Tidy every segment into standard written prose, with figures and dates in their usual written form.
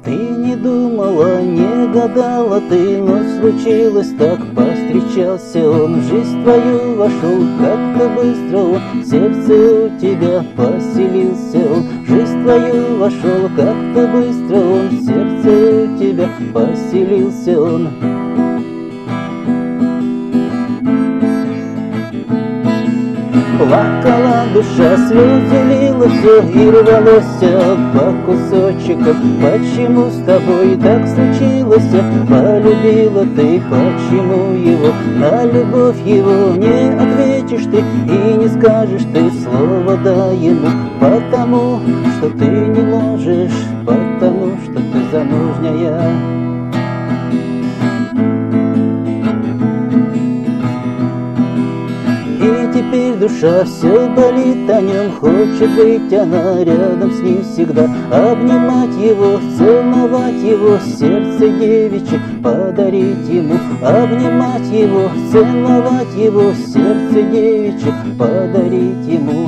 Ты не думала, не гадала ты, но случилось так, повстречался он, в жизнь твою вошел, как-то быстро он, в сердце у тебя поселился он, в жизнь твою вошел, как-то быстро он, в сердце у тебя поселился он. Плакала душа, слезы лила все и рвалось по кусочкам. Почему с тобой так случилось? Полюбила ты, почему его? На любовь его не ответишь ты и не скажешь ты слова да ему. Потому что ты не можешь, потому что ты замужняя. И теперь душа все болит о нем, хочет быть она рядом с ним всегда, обнимать его, целовать его, сердце девичье подарить ему, обнимать его, целовать его, сердце девичье подарить ему.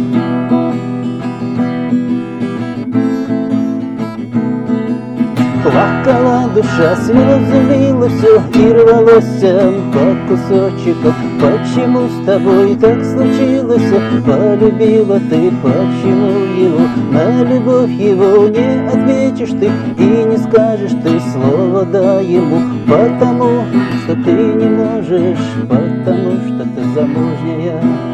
Плакала душа, слезы лила все и рвалось по кусочкам. Почему с тобой так случилось? Полюбила ты, почему его? На любовь его не ответишь ты и не скажешь ты слова да ему. Потому что ты не можешь, потому что ты замужняя.